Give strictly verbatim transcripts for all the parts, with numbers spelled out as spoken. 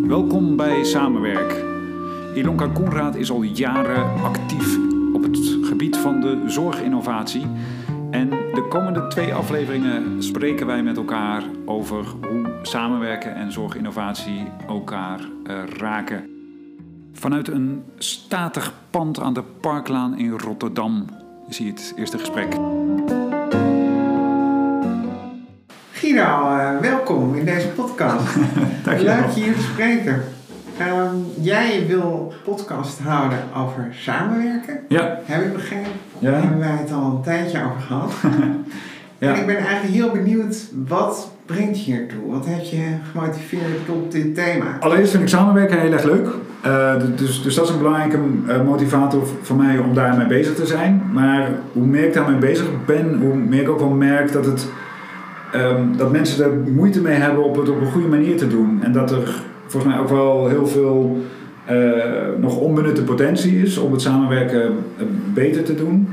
Welkom bij Samenwerk. Ilonka Koenraad is al jaren actief op het gebied van de zorginnovatie. En de komende twee afleveringen spreken wij met elkaar over hoe samenwerken en zorginnovatie elkaar uh, raken. Vanuit een statig pand aan de Parklaan in Rotterdam is hier het eerste gesprek. Guido, uh, welkom in deze podcast. Leuk je hier te spreken. Um, jij wil een podcast houden over samenwerken. Ja. Heb ik begrepen? Ja. Daar hebben wij het al een tijdje over gehad. Ja. En ik ben eigenlijk heel benieuwd, wat brengt je hiertoe? Wat heeft je gemotiveerd tot dit thema? Allereerst vind ik samenwerken heel erg leuk. Uh, dus, dus dat is een belangrijke uh, motivator voor mij om daarmee bezig te zijn. Maar hoe meer ik daarmee bezig ben, hoe meer ik ook wel merk dat het... Um, dat mensen er moeite mee hebben op het op een goede manier te doen. En dat er volgens mij ook wel heel veel uh, nog onbenutte potentie is om het samenwerken uh, beter te doen.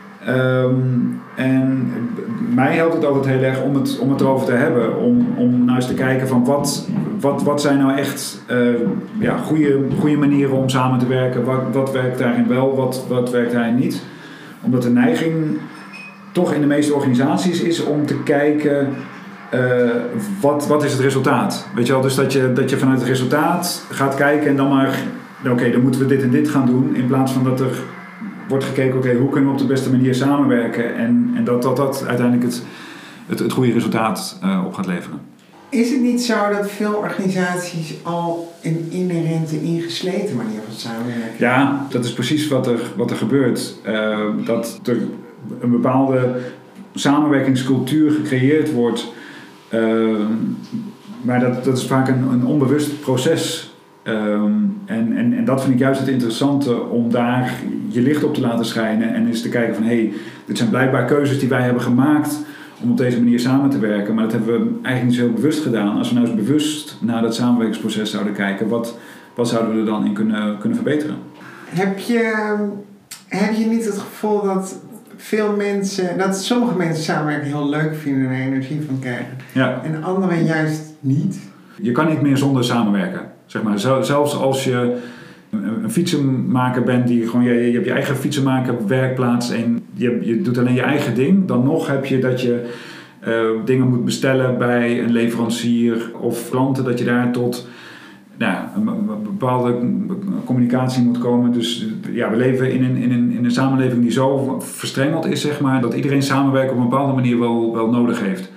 Um, en mij helpt het altijd heel erg om het, om het erover te hebben. Om, om nou eens te kijken van wat, wat, wat zijn nou echt uh, ja, goede, goede manieren om samen te werken. Wat, wat werkt daarin wel, wat, wat werkt daarin niet. Omdat de neiging... toch in de meeste organisaties is om te kijken uh, wat, wat is het resultaat. Weet je wel, dus dat je, dat je vanuit het resultaat gaat kijken en dan maar, oké, okay, dan moeten we dit en dit gaan doen. In plaats van dat er wordt gekeken, oké, okay, hoe kunnen we op de beste manier samenwerken. En, en dat, dat dat uiteindelijk het, het, het goede resultaat uh, op gaat leveren. Is het niet zo dat veel organisaties al een inherente, ingesleten manier van samenwerken? Ja, dat is precies wat er, wat er gebeurt. Uh, dat er een bepaalde samenwerkingscultuur gecreëerd wordt. Uh, maar dat, dat is vaak een, een onbewust proces. Um, en, en, en dat vind ik juist het interessante om daar je licht op te laten schijnen. En eens te kijken van, hé, hey, dit zijn blijkbaar keuzes die wij hebben gemaakt om op deze manier samen te werken. Maar dat hebben we eigenlijk niet zo heel bewust gedaan. Als we nou eens bewust naar dat samenwerkingsproces zouden kijken, wat, wat zouden we er dan in kunnen, kunnen verbeteren? Heb je, heb je niet het gevoel dat veel mensen, dat sommige mensen samenwerken heel leuk vinden en er energie van krijgen. Ja. En anderen juist niet? Je kan niet meer zonder samenwerken. Zeg maar. Zelfs als je een fietsenmaker bent die gewoon, je, je hebt je eigen fietsenmaker werkplaats en je, je doet alleen je eigen ding. Dan nog heb je dat je uh, dingen moet bestellen bij een leverancier of klanten, dat je daar tot nou, een bepaalde communicatie moet komen. Dus ja, we leven in een, in, een, in een samenleving die zo verstrengeld is, zeg maar, dat iedereen samenwerken op een bepaalde manier wel, wel nodig heeft.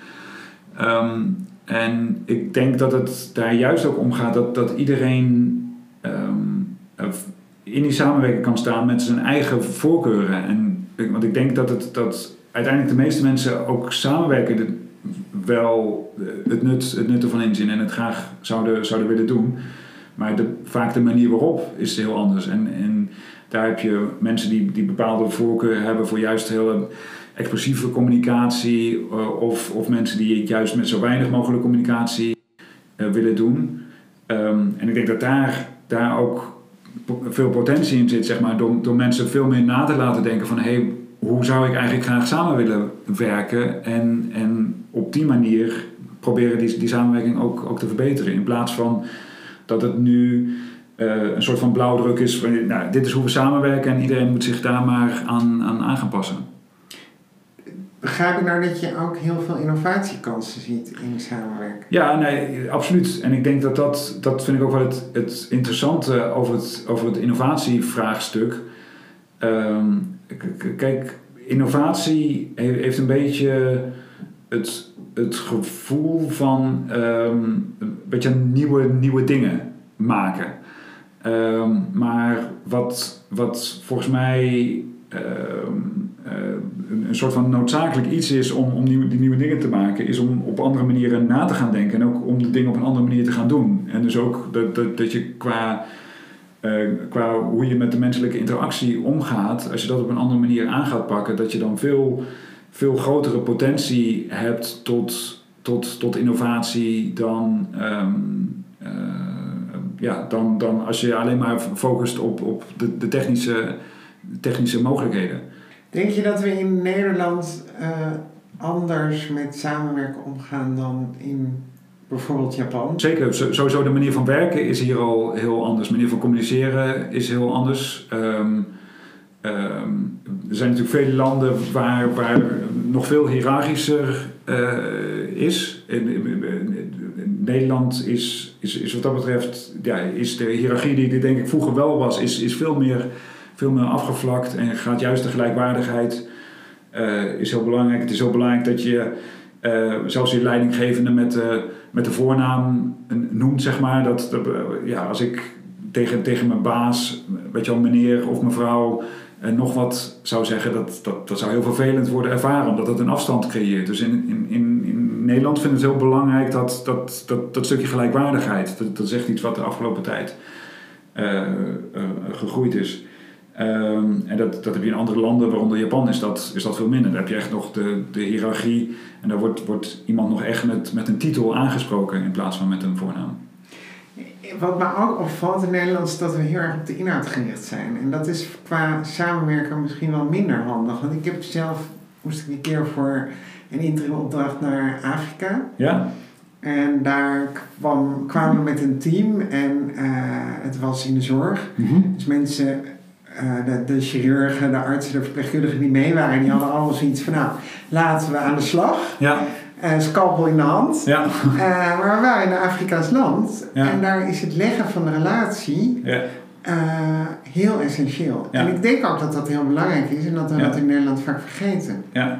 Um, en ik denk dat het daar juist ook om gaat dat, dat iedereen um, in die samenwerking kan staan met zijn eigen voorkeuren. En, want ik denk dat, het, dat uiteindelijk de meeste mensen ook samenwerken wel het nut, het nut ervan inzien en het graag zouden, zouden willen doen. Maar de, vaak de manier waarop is heel anders. En, en daar heb je mensen die, die bepaalde voorkeur hebben voor juist hele expressieve communicatie. Uh, of, of mensen die juist met zo weinig mogelijk communicatie uh, willen doen. Um, en ik denk dat daar, daar ook veel potentie in zit, zeg maar, door, door mensen veel meer na te laten denken van, hey, hoe zou ik eigenlijk graag samen willen werken en, en op die manier proberen die, die samenwerking ook, ook te verbeteren. In plaats van dat het nu uh, een soort van blauwdruk is van, nou, dit is hoe we samenwerken en iedereen moet zich daar maar aan, aan, aan gaan passen. Begrijp ik nou dat je ook heel veel innovatiekansen ziet in samenwerken? Ja, nee, absoluut. En ik denk dat dat, dat vind ik ook wel het, het interessante over het, over het innovatievraagstuk. Um, k- kijk, innovatie heeft een beetje het, het gevoel van um, een beetje nieuwe, nieuwe dingen maken. Um, maar wat, wat volgens mij um, uh, een, een soort van noodzakelijk iets is om, om nieuw, die nieuwe dingen te maken, is om op andere manieren na te gaan denken en ook om de dingen op een andere manier te gaan doen. En dus ook dat, dat, dat je qua... Uh, qua hoe je met de menselijke interactie omgaat, als je dat op een andere manier aan gaat pakken, dat je dan veel, veel grotere potentie hebt tot, tot, tot innovatie dan, um, uh, ja, dan, dan als je alleen maar focust op, op de, de technische, technische mogelijkheden. Denk je dat we in Nederland uh, anders met samenwerken omgaan dan in bijvoorbeeld Japan? Zeker, sowieso de manier van werken is hier al heel anders. De manier van communiceren is heel anders. Um, um, er zijn natuurlijk vele landen waar, waar nog veel hiërarchischer uh, is. In, in, in, in Nederland is, is, is wat dat betreft, ja, is de hiërarchie die er denk ik vroeger wel was, is, is veel meer, veel meer afgevlakt en gaat juist de gelijkwaardigheid uh, is heel belangrijk. Het is heel belangrijk dat je uh, zelfs je leidinggevende met de, met de voornaam noemt, zeg maar. Dat, dat, ja, als ik tegen, tegen mijn baas, weet je wel, meneer of mevrouw, en nog wat zou zeggen, dat, dat, dat zou heel vervelend worden ervaren, omdat het een afstand creëert. Dus in, in, in, in Nederland vinden ze het heel belangrijk dat dat, dat, dat stukje gelijkwaardigheid, dat, dat is echt iets wat de afgelopen tijd uh, uh, gegroeid is. Um, en dat, dat heb je in andere landen, waaronder Japan is dat, is dat veel minder. Daar heb je echt nog de, de hiërarchie en daar wordt, wordt iemand nog echt met, met een titel aangesproken in plaats van met een voornaam. Wat me ook opvalt in Nederland is dat we heel erg op de inhoud gericht zijn. En dat is qua samenwerken misschien wel minder handig. Want ik heb zelf, moest ik een keer voor een interim opdracht naar Afrika. Ja. En daar kwam, kwamen we met een team en uh, het was in de zorg. Mm-hmm. Dus mensen, uh, de, de chirurgen, de artsen, de verpleegkundigen die mee waren, die hadden allemaal zoiets van, nou, laten we aan de slag. Ja. Uh, scalpel in de hand. Ja. Uh, maar we waren in een Afrikaans land. Ja. En daar is het leggen van de relatie ja. uh, heel essentieel. Ja. En ik denk ook dat dat heel belangrijk is en dat we ja. dat in Nederland vaak vergeten. Ja.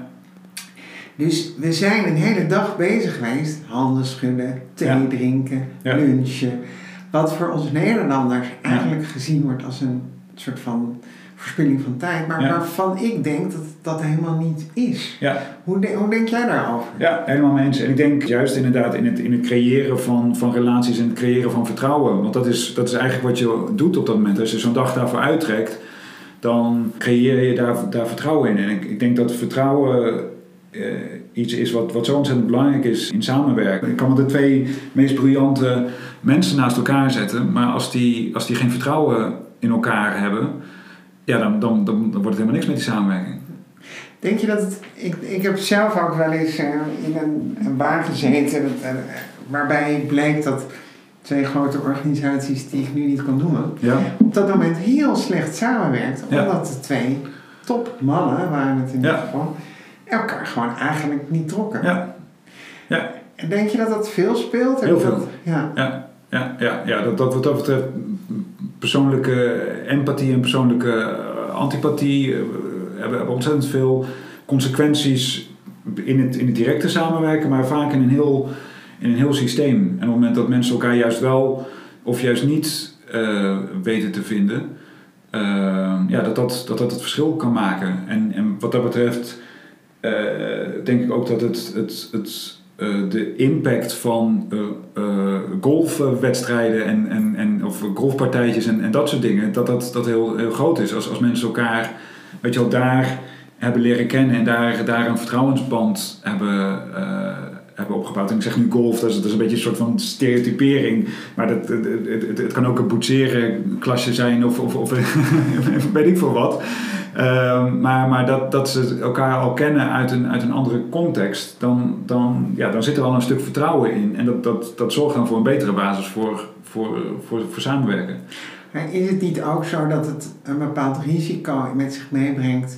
Dus we zijn een hele dag bezig geweest. Handen schudden, thee ja. drinken, ja. lunchen. Wat voor ons Nederlanders eigenlijk ja. gezien wordt als een soort van verspilling van tijd, maar ja. waarvan ik denk dat dat helemaal niet is. Ja. Hoe, de, hoe denk jij daarover? Ja, helemaal mee eens. En ik denk juist inderdaad in het, in het creëren van, van relaties en het creëren van vertrouwen. Want dat is, dat is eigenlijk wat je doet op dat moment. Als je zo'n dag daarvoor uittrekt, dan creëer je daar, daar vertrouwen in. En ik, ik denk dat vertrouwen uh, iets is wat, wat zo ontzettend belangrijk is in samenwerken. Ik kan wel de twee meest briljante mensen naast elkaar zetten, maar als die, als die geen vertrouwen in elkaar hebben, ja, dan, dan, dan, dan wordt het helemaal niks met die samenwerking. Denk je dat het... Ik, ik heb zelf ook wel eens uh, in een, een baan gezeten dat, uh, waarbij blijkt dat twee grote organisaties die ik nu niet kan noemen, ja. op dat moment heel slecht samenwerkt. Ja. Omdat de twee topmannen, waren het in dit ja. geval, elkaar gewoon eigenlijk niet trokken. Ja. Ja. En denk je dat dat veel speelt? Heel veel. Dat, ja. Ja. Ja, ja, ja, dat, dat wat dat betreft persoonlijke empathie en persoonlijke antipathie uh, hebben, hebben ontzettend veel consequenties in het, in het directe samenwerken, maar vaak in een, heel, in een heel systeem. En op het moment dat mensen elkaar juist wel of juist niet uh, weten te vinden, uh, ja, dat, dat, dat dat het verschil kan maken. En, en wat dat betreft uh, denk ik ook dat het, het, het Uh, de impact van uh, uh, golfwedstrijden en, en, en, of golfpartijtjes en, en dat soort dingen, dat dat, dat heel, heel groot is. Als, als mensen elkaar, weet je wel, daar hebben leren kennen en daar, daar een vertrouwensband hebben, uh, hebben opgebouwd. En ik zeg nu golf, dat is, dat is een beetje een soort van stereotypering, maar dat, het, het, het, het kan ook een boetseren klasje zijn of, of, of weet ik veel wat. Uh, maar maar dat, dat ze elkaar al kennen uit een, uit een andere context, dan, dan, ja, dan zit er al een stuk vertrouwen in. En dat, dat, dat zorgt dan voor een betere basis voor, voor, voor, voor samenwerken. Maar is het niet ook zo dat het een bepaald risico met zich meebrengt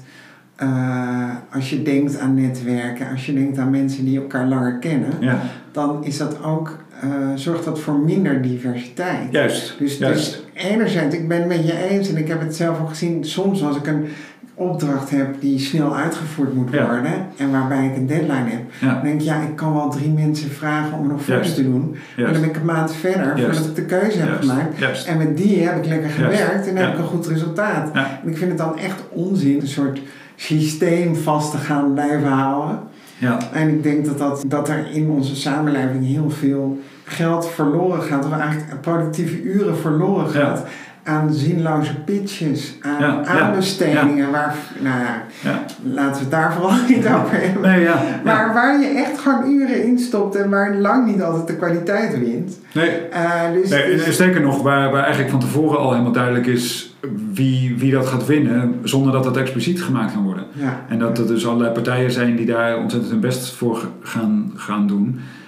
uh, als je denkt aan netwerken, als je denkt aan mensen die elkaar langer kennen, ja. dan is dat ook, uh, zorgt dat voor minder diversiteit. Juist. Dus, juist. dus enerzijds, ik ben het met je eens en ik heb het zelf ook gezien, soms als ik een opdracht heb die snel uitgevoerd moet ja. worden en waarbij ik een deadline heb, ja. dan denk ik, ja, ik kan wel drie mensen vragen om nog foto's te doen, maar dan ben ik een maand verder voordat ik de keuze heb Juist. gemaakt. Juist. En met die heb ik lekker gewerkt Juist. en dan ja. heb ik een goed resultaat. Ja. En ik vind het dan echt onzin, een soort systeem vast te gaan blijven houden. Ja. En ik denk dat, dat, dat er in onze samenleving heel veel geld verloren gaat, of eigenlijk productieve uren verloren gaat. Ja. Aan zinloze pitches, aan ja, aanbestedingen, ja. waar, nou ja, ja, laten we het daar vooral niet over hebben. Nee, ja, maar ja. waar je echt gewoon uren in stopt en waar lang niet altijd de kwaliteit wint. Nee, uh, dus, nee dus, sterker nog, waar, waar eigenlijk van tevoren al helemaal duidelijk is wie, wie dat gaat winnen, zonder dat dat expliciet gemaakt kan worden. Ja. En dat er dus allerlei partijen zijn die daar ontzettend hun best voor gaan, gaan doen.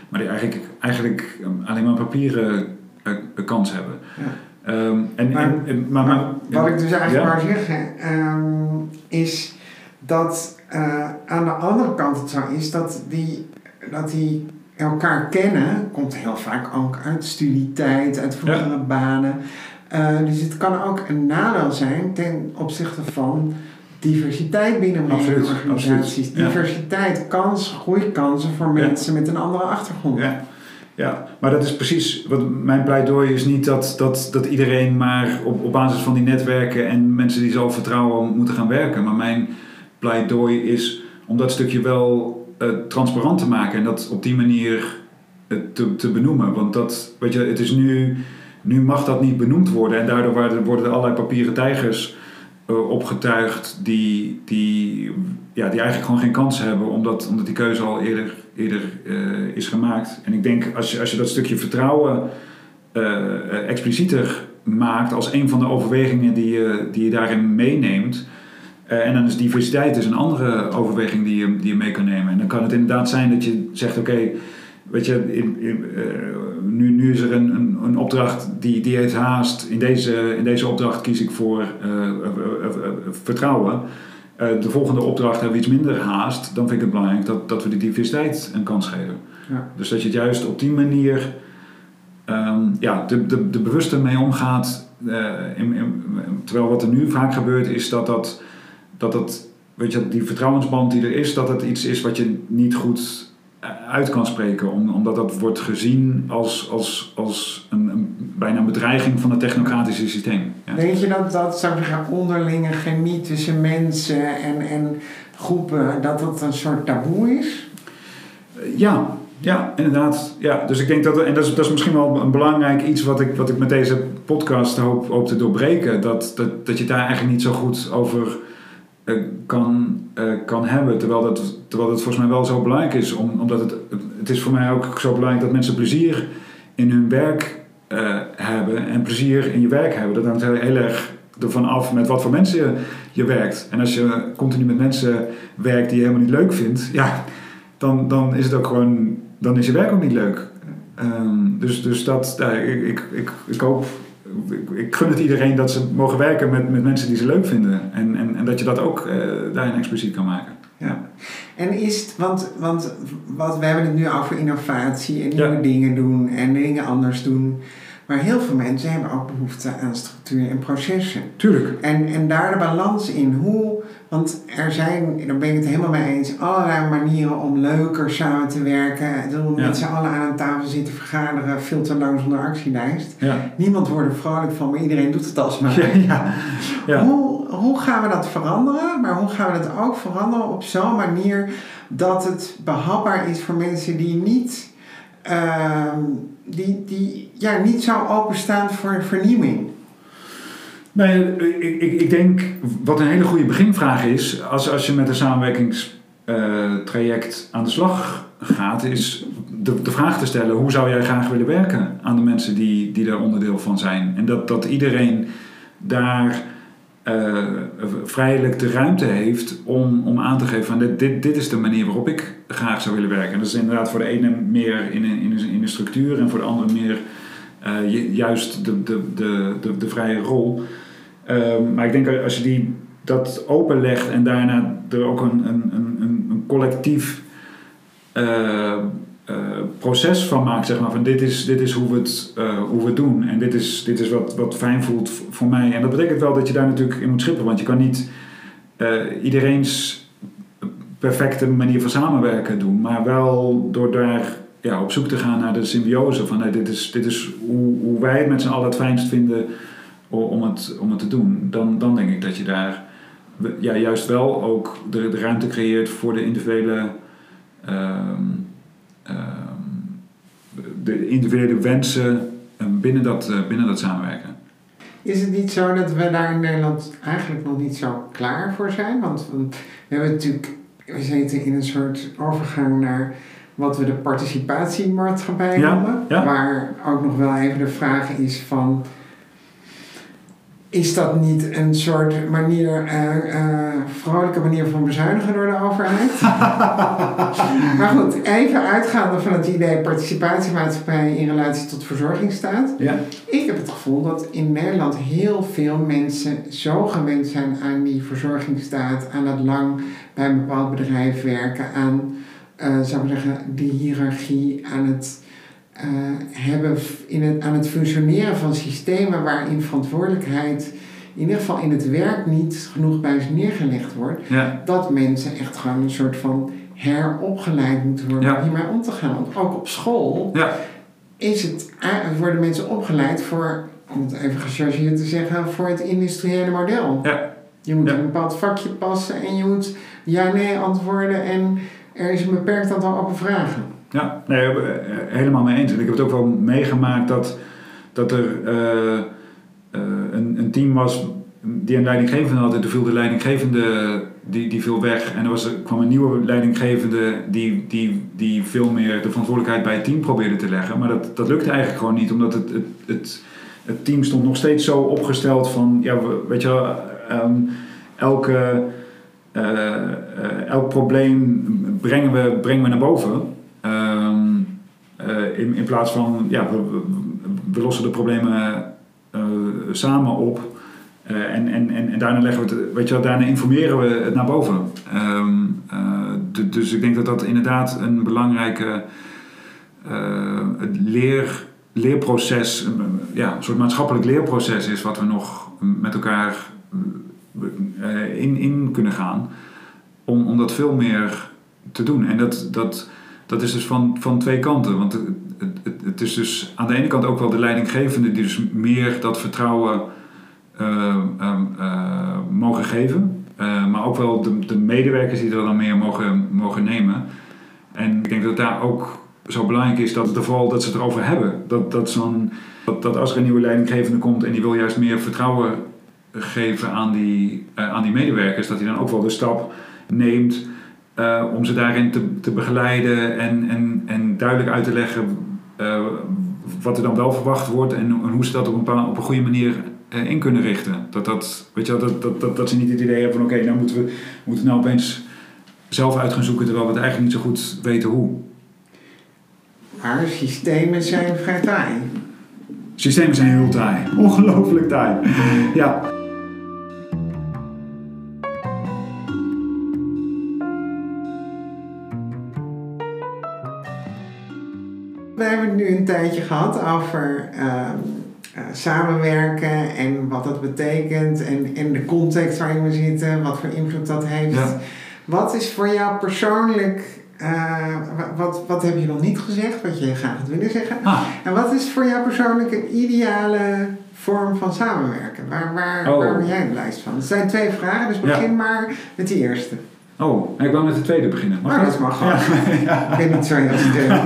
maar die eigenlijk, eigenlijk alleen maar papieren uh, kans hebben. Ja. Um, en, maar, en, en, maar, maar, maar, wat ja, ik dus eigenlijk ja? wou zeggen, um, is dat uh, aan de andere kant het zo is dat die, dat die elkaar kennen, komt heel vaak ook uit studietijd, uit vroegere ja. banen. Uh, dus het kan ook een nadeel zijn ten opzichte van diversiteit binnen organisaties. Ja. Diversiteit, kansen, groeikansen voor mensen ja. met een andere achtergrond. Ja. Ja, maar dat is precies wat mijn pleidooi is. Niet dat, dat, dat iedereen maar op, op basis van die netwerken en mensen die zelf vertrouwen moeten gaan werken. Maar mijn pleidooi is om dat stukje wel uh, transparant te maken en dat op die manier uh, te, te benoemen. Want dat, weet je, het is nu, nu mag dat niet benoemd worden en daardoor worden er allerlei papieren tijgers uh, opgetuigd die, die, ja, die eigenlijk gewoon geen kans hebben omdat, omdat die keuze al eerder, eerder uh, is gemaakt. En ik denk als je, als je dat stukje vertrouwen uh, uh, explicieter maakt als een van de overwegingen die je, die je daarin meeneemt. Uh, en dan is diversiteit dus een andere overweging die je, die je mee kan nemen. En dan kan het inderdaad zijn dat je zegt, oké, okay, weet je, in, in, uh, nu, nu is er een, een, een opdracht die, die heeft haast. In deze, in deze opdracht kies ik voor uh, uh, uh, uh, vertrouwen. Uh, de volgende opdracht hebben we iets minder haast. Dan vind ik het belangrijk dat, dat we die diversiteit een kans geven. Ja. Dus dat je het juist op die manier um, ja, de, de, de bewuste mee omgaat. Uh, in, in, terwijl wat er nu vaak gebeurt is dat dat... dat het, weet je, die vertrouwensband die er is, dat het iets is wat je niet goed uit kan spreken, om, omdat dat wordt gezien als, als, als een, een, bijna een bedreiging van het technocratische systeem. Ja. Denk je dat dat zou zeggen, onderlinge chemie tussen mensen en, en groepen, dat dat een soort taboe is? Ja, ja, inderdaad. Ja. Dus ik denk dat, en dat is, dat is misschien wel een belangrijk iets wat ik, wat ik met deze podcast hoop, hoop te doorbreken, dat, dat, dat je daar eigenlijk niet zo goed over Kan, uh, kan hebben, terwijl dat, terwijl dat volgens mij wel zo belangrijk is, om, omdat het, het is voor mij ook zo belangrijk dat mensen plezier in hun werk uh, hebben en plezier in je werk hebben. Dat hangt heel, heel erg ervan af met wat voor mensen je, je werkt. En als je continu met mensen werkt die je helemaal niet leuk vindt, ja, dan, dan is het ook gewoon, dan is je werk ook niet leuk. Um, dus, dus dat, ja, ik, ik, ik, ik hoop Ik, ik gun het iedereen dat ze mogen werken met, met mensen die ze leuk vinden. En, en, en dat je dat ook uh, daarin expliciet kan maken. Ja. En is het, want, want wat, we hebben het nu over innovatie en nieuwe ja. dingen doen en dingen anders doen. Maar heel veel mensen hebben ook behoefte aan structuur en processen. Tuurlijk. En, en daar de balans in. Hoe, want er zijn, daar ben ik het helemaal mee eens, allerlei manieren om leuker samen te werken. Door ja. met z'n allen aan een tafel zitten vergaderen, veel te lang zonder actielijst. Ja. Niemand wordt er vrolijk van, maar iedereen doet het alsmaar. Ja, ja. Ja. Hoe, hoe gaan we dat veranderen? Maar hoe gaan we dat ook veranderen op zo'n manier dat het behapbaar is voor mensen die niet... Uh, die, die ja, niet zo openstaan voor vernieuwing? Nee, ik, ik, ik denk wat een hele goede beginvraag is, als, als je met een samenwerkingstraject uh, aan de slag gaat, is de, de vraag te stellen: hoe zou jij graag willen werken aan de mensen die, die daar onderdeel van zijn? En dat, dat iedereen daar uh, vrijelijk de ruimte heeft om, om aan te geven van dit, dit, dit is de manier waarop ik graag zou willen werken. En dat is inderdaad voor de ene meer in een, in een, in een structuur en voor de andere meer uh, juist de, de, de, de, de vrije rol. Um, maar ik denk als je die, dat openlegt en daarna er ook een, een, een, een collectief uh, uh, proces van maakt, zeg maar, van dit is, dit is hoe we het, uh, hoe we het doen en dit is, dit is wat, wat fijn voelt voor mij. En dat betekent wel dat je daar natuurlijk in moet schipperen, want je kan niet uh, iedereen's perfecte manier van samenwerken doen, maar wel door daar ja, op zoek te gaan naar de symbiose van hey, dit is, dit is hoe, hoe wij het met z'n allen het fijnst vinden om het, om het te doen. Dan, dan denk ik dat je daar ja, juist wel ook de, de ruimte creëert voor de individuele um, um, de individuele wensen binnen dat, uh, binnen dat samenwerken. Is het niet zo dat we daar in Nederland eigenlijk nog niet zo klaar voor zijn? Want, want we hebben natuurlijk, we zitten in een soort overgang naar wat we de participatiemaatschappij noemen. Ja, ja. Waar ook nog wel even de vraag is van is dat niet een soort manier, uh, uh, vrolijke manier van bezuinigen door de overheid? Maar goed, even uitgaande van het idee participatiemaatschappij in relatie tot verzorgingsstaat. Ja. Ik heb het gevoel dat in Nederland heel veel mensen zo gewend zijn aan die verzorgingsstaat, aan het lang bij een bepaald bedrijf werken, aan, uh, zou ik zeggen, die hiërarchie, aan het Uh, hebben in het, aan het functioneren van systemen waarin verantwoordelijkheid in ieder geval in het werk niet genoeg bij ze neergelegd wordt, ja. dat mensen echt gewoon een soort van heropgeleid moeten worden ja. om hiermee om te gaan. Want ook op school ja. is het, worden mensen opgeleid voor, om het even gechargeerd te zeggen, voor het industriële model. Ja. Je moet ja. een bepaald vakje passen en je moet ja-nee antwoorden en er is een beperkt aantal open vragen. Ja, nee, helemaal mee eens. En ik heb het ook wel meegemaakt dat, dat er uh, uh, een, een team was die een leidinggevende had. En toen viel de leidinggevende die, die viel weg. En er, was, er kwam een nieuwe leidinggevende die, die, die veel meer de verantwoordelijkheid bij het team probeerde te leggen. Maar dat, dat lukte eigenlijk gewoon niet, omdat het, het, het, het team stond nog steeds zo opgesteld van, ja, weet je wel, um, elke, uh, uh, elk probleem brengen we, brengen we naar boven. Um, uh, in, in plaats van, ja, we, we, we lossen de problemen uh, samen op uh, en, en, en, en daarna leggen we het, weet je wel, daarna informeren we het naar boven. Um, uh, d- dus ik denk dat dat inderdaad een belangrijke uh, leer, leerproces, uh, ja, een soort maatschappelijk leerproces is wat we nog met elkaar uh, in, in kunnen gaan om, om dat veel meer te doen. En dat, dat Dat is dus van, van twee kanten. Want het, het, het is dus aan de ene kant ook wel de leidinggevende die dus meer dat vertrouwen uh, uh, uh, mogen geven. Uh, maar ook wel de, de medewerkers die er dan meer mogen, mogen nemen. En ik denk dat het daar ook zo belangrijk is dat, vooral dat ze het erover hebben. Dat, dat, zo'n, dat, dat als er een nieuwe leidinggevende komt en die wil juist meer vertrouwen geven aan die, uh, aan die medewerkers, dat hij dan ook wel de stap neemt Uh, om ze daarin te, te begeleiden en, en, en duidelijk uit te leggen uh, wat er dan wel verwacht wordt en, en hoe ze dat op een, paar, op een goede manier uh, in kunnen richten. Dat, dat, weet je wel, dat, dat, dat, dat ze niet het idee hebben van oké, okay, nou moeten we moeten nou opeens zelf uit gaan zoeken terwijl we het eigenlijk niet zo goed weten hoe. Maar systemen zijn vrij taai. Systemen zijn heel taai. Ongelooflijk taai. Ja. We hebben het nu een tijdje gehad over uh, uh, samenwerken en wat dat betekent en, en de context waarin we zitten, wat voor invloed dat heeft. Ja. Wat is voor jou persoonlijk, uh, wat, wat heb je nog niet gezegd, wat je graag had willen zeggen? Ah. En wat is voor jou persoonlijk een ideale vorm van samenwerken? Waar, waar, oh. waar ben jij het blijst van? Het zijn twee vragen, dus begin ja. maar met die eerste. Oh, ik wou met de tweede beginnen. Mag oh, dat mag gewoon. Ja. Ja. Ik ben niet zo heel sterk.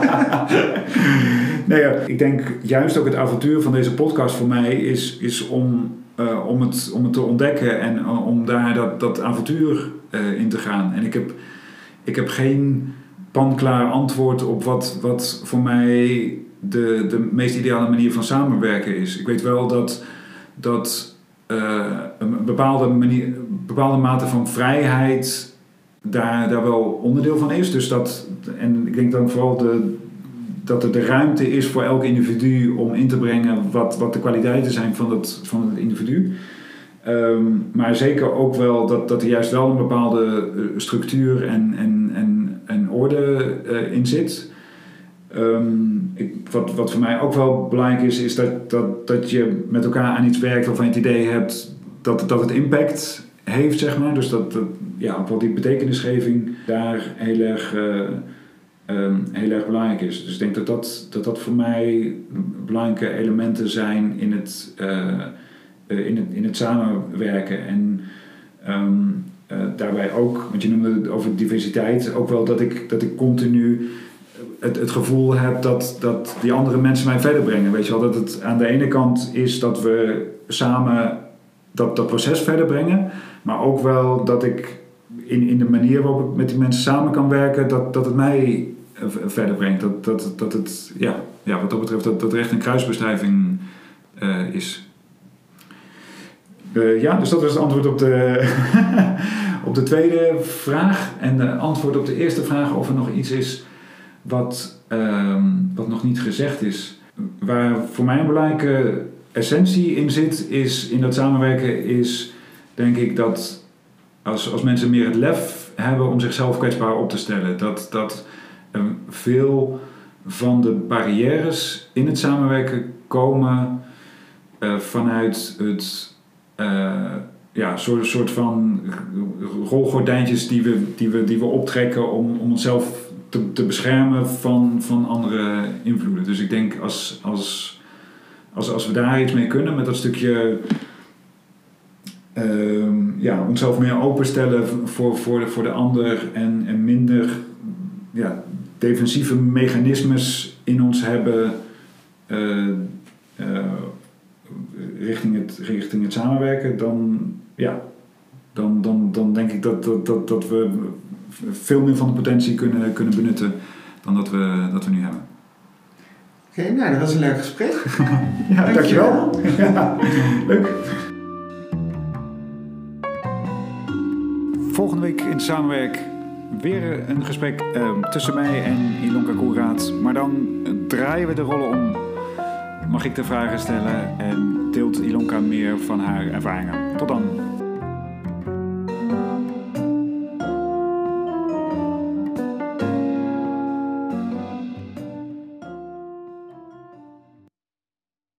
Nee, ja, ik denk juist ook het avontuur van deze podcast voor mij is, is om, uh, om, het, om het te ontdekken en uh, om daar dat, dat avontuur uh, in te gaan. En ik heb, ik heb geen panklaar antwoord op wat, wat voor mij de, de meest ideale manier van samenwerken is. Ik weet wel dat, dat uh, een bepaalde, manier, bepaalde mate van vrijheid daar, daar wel onderdeel van is. Dus dat, en ik denk dan vooral de, dat er de ruimte is voor elk individu om in te brengen wat, wat de kwaliteiten zijn van het, van het individu. Um, maar zeker ook wel dat, dat er juist wel een bepaalde uh, structuur en, en, en, en orde uh, in zit. Um, ik, wat, wat voor mij ook wel belangrijk is, is dat, dat, dat je met elkaar aan iets werkt waarvan je het idee hebt dat, dat het impact heeft, zeg maar. Dus dat, dat ja, ook wel die betekenisgeving daar heel erg, uh, um, heel erg belangrijk is. Dus ik denk dat dat, dat, dat voor mij belangrijke elementen zijn in het, uh, uh, in het, in het samenwerken. En um, uh, daarbij ook, want je noemde het over diversiteit, ook wel dat ik, dat ik continu Het, het gevoel heb dat, dat die andere mensen mij verder brengen. Weet je wel, dat het aan de ene kant is dat we samen dat, dat proces verder brengen, maar ook wel dat ik in, in de manier waarop ik met die mensen samen kan werken, dat, dat het mij verder brengt. Dat, dat, dat het, ja, ja, wat dat betreft, dat, dat er echt een kruisbestuiving uh, is. Uh, ja, dus dat was het antwoord op de, op de tweede vraag. En de antwoord op de eerste vraag of er nog iets is wat, uh, wat nog niet gezegd is. Waar voor mij een belangrijke essentie in zit, is in dat samenwerken, is denk ik dat als, als mensen meer het lef hebben om zichzelf kwetsbaar op te stellen. Dat, dat uh, veel van de barrières in het samenwerken komen uh, vanuit het uh, ja, soort, soort van rolgordijntjes die we, die we, die we optrekken om, om onszelf te, te beschermen van, van andere invloeden. Dus ik denk als, als, als, als we daar iets mee kunnen met dat stukje uh, ja, onszelf meer openstellen voor, voor, de, voor de ander en, en minder ja, defensieve mechanismes in ons hebben uh, uh, richting, het, richting het samenwerken, dan, ja, dan, dan, dan denk ik dat, dat, dat, dat we veel meer van de potentie kunnen, kunnen benutten dan dat we, dat we nu hebben. Oké, okay, nou dat was een leuk gesprek. Ja, dankjewel. dankjewel. Ja, leuk. Volgende week in Samenwerk weer een gesprek uh, tussen mij en Ilonka Koolraad. Maar dan draaien we de rollen om. Mag ik de vragen stellen en deelt Ilonka meer van haar ervaringen. Tot dan.